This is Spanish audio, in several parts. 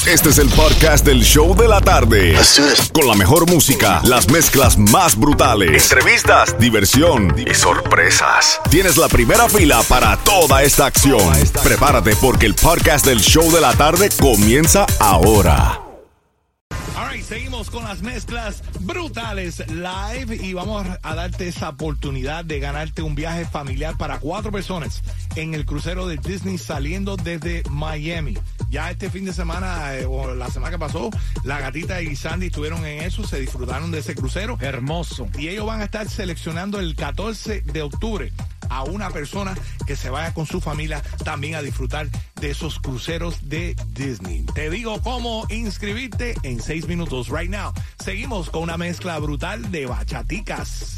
Este es el podcast del show de la tarde. Con la mejor música, las mezclas más brutales, entrevistas, diversión y sorpresas. Tienes la primera fila para toda esta acción. Prepárate porque el podcast del show de la tarde comienza ahora. Seguimos con las mezclas brutales live y vamos a darte esa oportunidad de ganarte un viaje familiar para 4 personas en el crucero de Disney saliendo desde Miami. Ya este fin de semana o la semana que pasó, la gatita y Sandy estuvieron en eso, se disfrutaron de ese crucero. Hermoso. Y ellos van a estar seleccionando el 14 de octubre a una persona que se vaya con su familia también a disfrutar de esos cruceros de Disney. Te digo cómo inscribirte en 6 minutos right now. Seguimos con una mezcla brutal de bachaticas.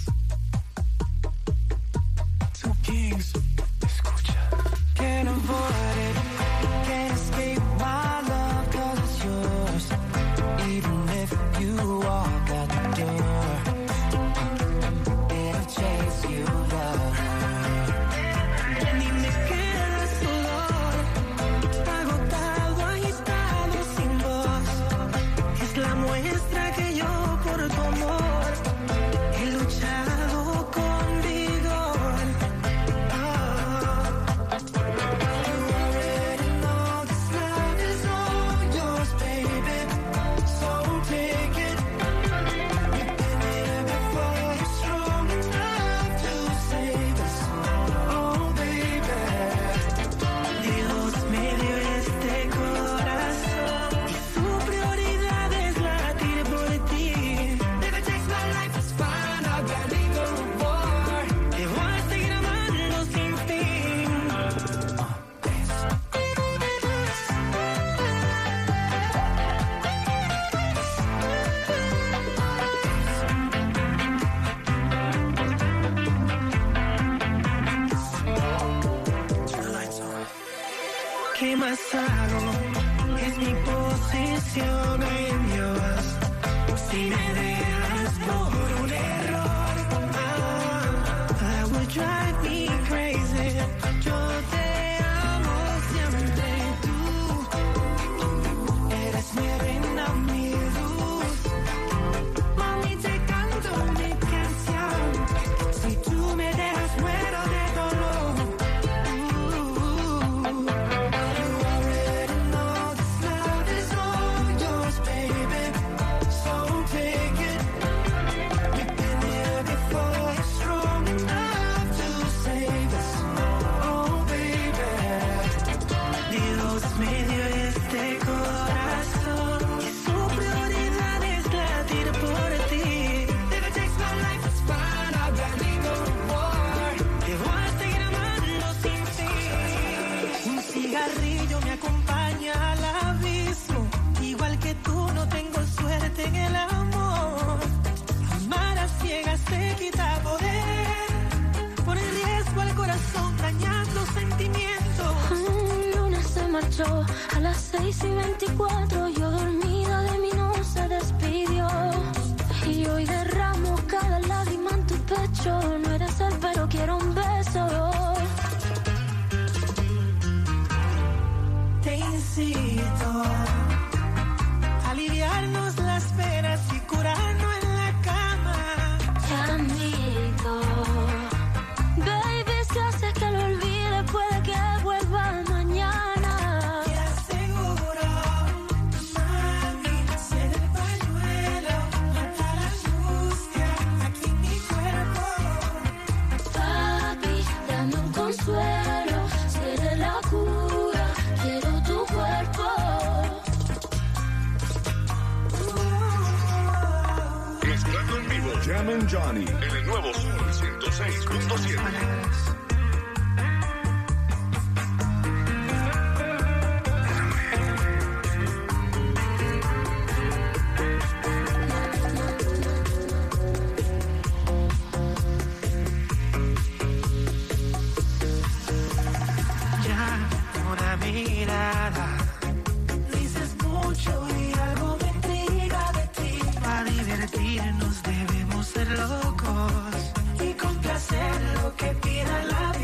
Two Kings, escucha. Can't avoid it, can't escape my love 'cause it's yours. Even if you walk out the door, it'll chase you love. Ni me quedas dolor, agotado, agitado sin voz. Es la muestra que yo por tu amor he luchado con vigor. You already know this love is all yours, baby. So take it. You've been here before, you're strong enough to save us. Oh, baby. Dios me dio este corazón y su prioridad es latir por ti. Never takes my life, it's fine, I've got to go to war. Te voy a seguir amando sin fin. ¿Qué más hago? Es mi posición en Dios. Si me dejas por un error, that would drive me crazy. Yo te amo siempre, tú eres mi reina, mi luz. Mami, te canto mi canción. Si tú me dejas, muero de dolor. You already know this love is all yours, baby. So take it. We've been here before, you're strong enough to save us. Oh, baby. Dios me dio este corazón y su prioridad es latir por ti. Never takes my life, it's fine, I've got to go to war. Te voy a seguir amando sin fin. Un cigarrillo me acompaña al abismo. Igual que tú no tengo suerte en el amor. Amar a ciegas te quita poder. Pone en riesgo al corazón dañando sentimientos. Luna se marchó a las 6:24. Yo dormida de mí no se despidió. Y hoy derramo cada lágrima en tu pecho. No eres él, pero quiero un beso. Te incito a aliviarnos las penas y curarnos en la cama. Te admito, baby, si haces que lo olvide, puede que vuelva mañana. Te aseguro, mami, ser el pañuelo, mata la angustia aquí en mi cuerpo. Papi, dame un consuelo, seré la cura, quiero tu cuerpo. Mezclando en vivo, Jam and Johnny. En el nuevo Sol 106.7. Ya una mirada dices mucho y algo me intriga de ti. Para divertirnos debemos ser locos y complacer lo que pida la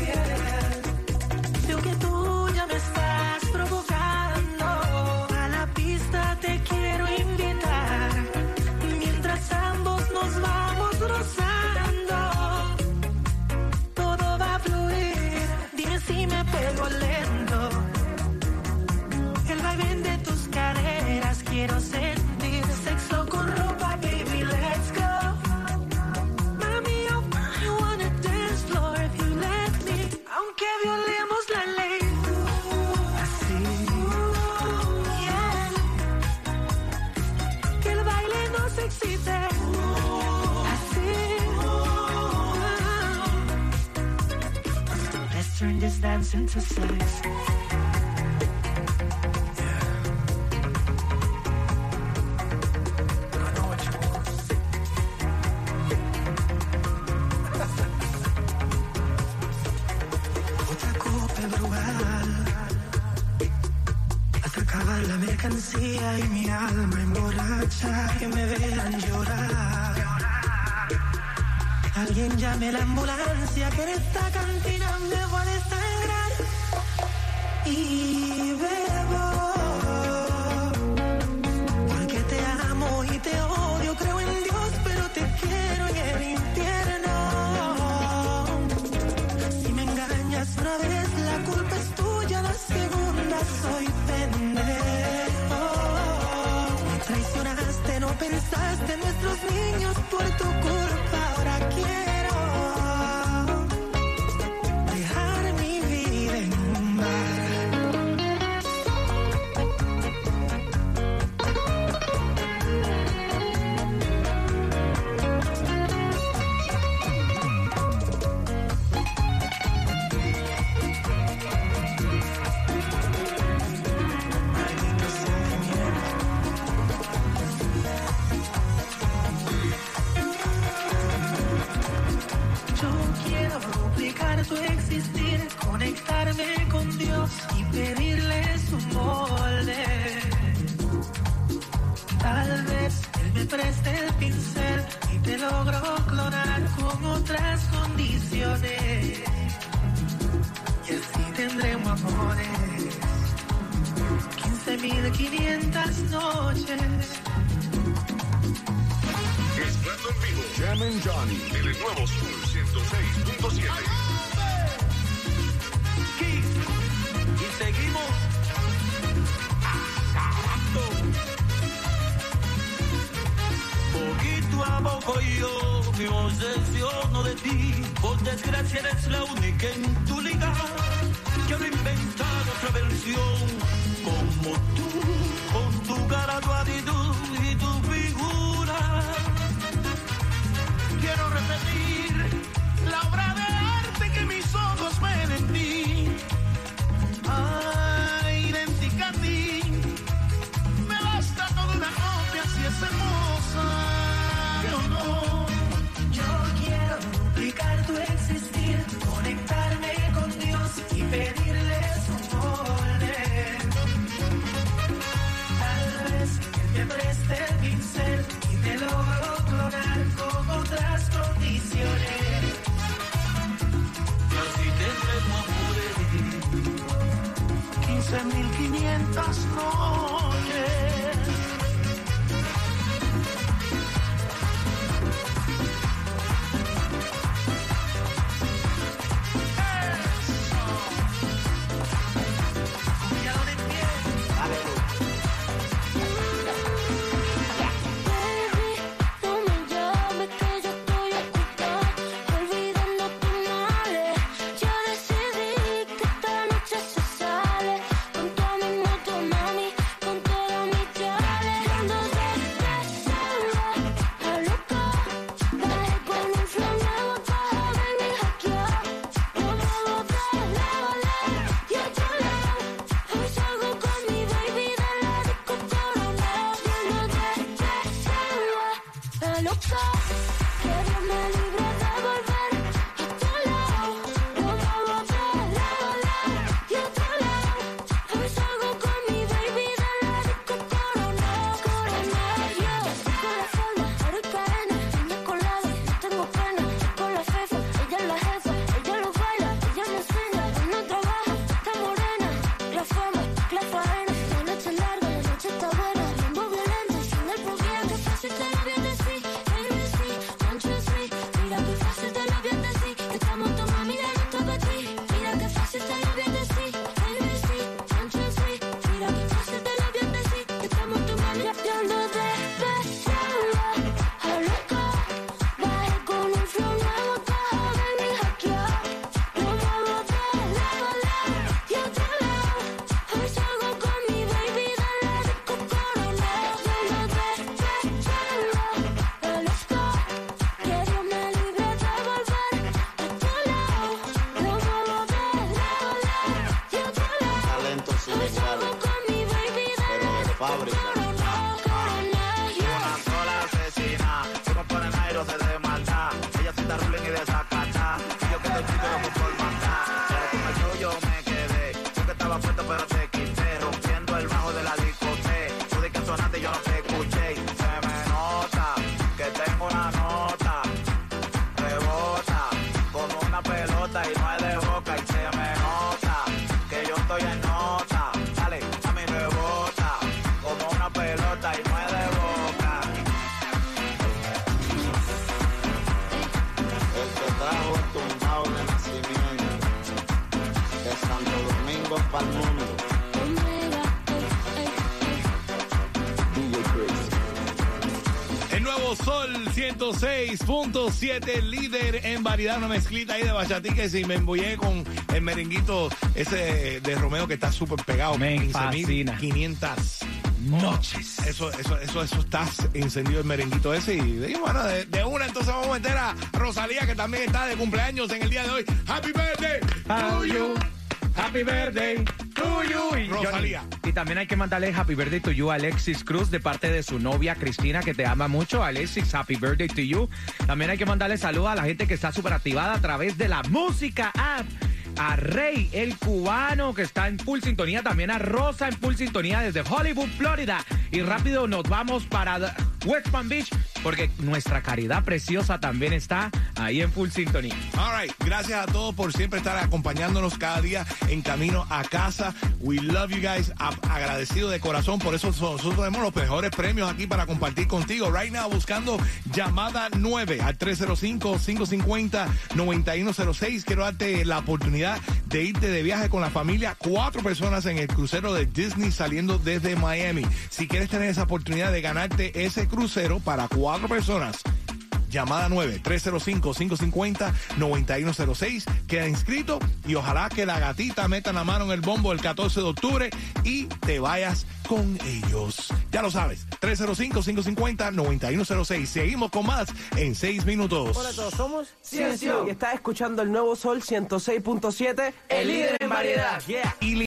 turn this dance into sex. La mercancía y mi alma emborracha, que me vean llorar. Alguien llame la ambulancia, que en esta cantina me voy a desangrar. Y bebo, porque te amo y te odio. Creo en Dios, pero te quiero en el infierno. Si me engañas una vez, la culpa es tuya, la segunda soy pendejo. Me traicionaste, no pensaste en nuestros niños, por tu culpa ahora quiero dejar mi vida en un bar. Tu existir, conectarme con Dios y pedirle su molde. Tal vez Él me preste el pincel y te logro clonar con otras condiciones. Y así tendremos amores 15.500 noches. Mezclando en vivo, Jam and Johnny, en el nuevo Sur 106.7. Y seguimos acabando. Poquito a poco yo me obsesiono de ti. Por desgracia eres la única en tu liga. Quiero inventar otra versión como tú, con tu cara, tu actitud y tu figura. Quiero repetir la obra de arte que mis ojos ven en ti. Ay, idéntica a ti. Me basta toda una copia si es hermosa. Yo no. Yo quiero duplicar tu existir, conectarme con Dios y pedirle su molde. Tal vez Él me preste el pincel y te logro clonar con otras condiciones. Y así tendremos amores 15.500 noches. Baby, no me llames que yo estoy ocupada, olvidando tus males. Yo decidí que esta noche se sale con toda mi moto, mami, con toda mi chale. Ando desde Selva a loca, bajé con un flow nuevo para joder mi hackear. Yo puedo darle, y a cholar. Hoy salgo con mi baby de la disco Coronel. Ando desde Selva a loca, que Dios me libre de volver a tu lado. Yo puedo darle, y a cholar. Hoy salgo con mi baby de la disco Coronel. Yo con la forma, oro y cadena, niña con labio, no tengo pena. Yo con la jefa, ella es la jefa, ella lo baila, ella me enseña, no trabaja, está morena. La fama, la faena, la noche es larga, la noche está buena. Rumbo violento, sin el problema, que fácil te lo voy a decir. ABC, 1, 2, 3, fábrica. Una sola asesina, tú no pones aire de maldad. Ella se está ruling y desacata. Y yo que estoy chico loco por matar. Pero con el show yo me quedé. Yo que estaba puesto pero te quité. Rompiendo el bajo de la discoteca. Tú de que sonaste yo no te escuché. Se me nota que tengo una nota. Rebota como una pelota y no es de boca. Y se me nota que yo estoy en nota. Dale, a mi rebota como una pelota y no es de boca. El que trajo el tumbao de nacimiento de Santo Domingo para el mundo. El nuevo Sol 106.7, líder en variedad, una mezclita ahí de bachatica, y si me embullé con el merenguito ese de Romeo que está súper pegado. Me fascina. 15.500 noches. Eso está encendido el merenguito ese. Y bueno, de una entonces vamos a meter a Rosalía, que también está de cumpleaños en el día de hoy. Happy birthday to you. Happy birthday to you. Y Rosalía. Johnny, y también hay que mandarle happy birthday to you a Alexis Cruz de parte de su novia Cristina, que te ama mucho. Alexis, happy birthday to you. También hay que mandarle saludos a la gente que está súper activada a través de la música app. A Rey, el cubano, que está en full sintonía. También a Rosa en full sintonía desde Hollywood, Florida. Y rápido nos vamos para West Palm Beach, porque nuestra caridad preciosa también está ahí en full sintonía. All right. Gracias a todos por siempre estar acompañándonos cada día en camino a casa. We love you guys. Agradecido de corazón. Por eso nosotros tenemos los mejores premios aquí para compartir contigo. Right now, buscando llamada 9 al 305-550-9106. Quiero darte la oportunidad de irte de viaje con la familia, 4 personas en el crucero de Disney saliendo desde Miami. Si quieres tener esa oportunidad de ganarte ese crucero para 4 personas, llamada 9, 305-550-9106. Queda inscrito y ojalá que la gatita meta la mano en el bombo el 14 de octubre y te vayas con ellos. Ya lo sabes, 305-550-9106. Seguimos con más en 6 minutos. Hola a todos, somos Ciencio y estás escuchando el nuevo Sol 106.7, el líder en variedad. Yeah. Y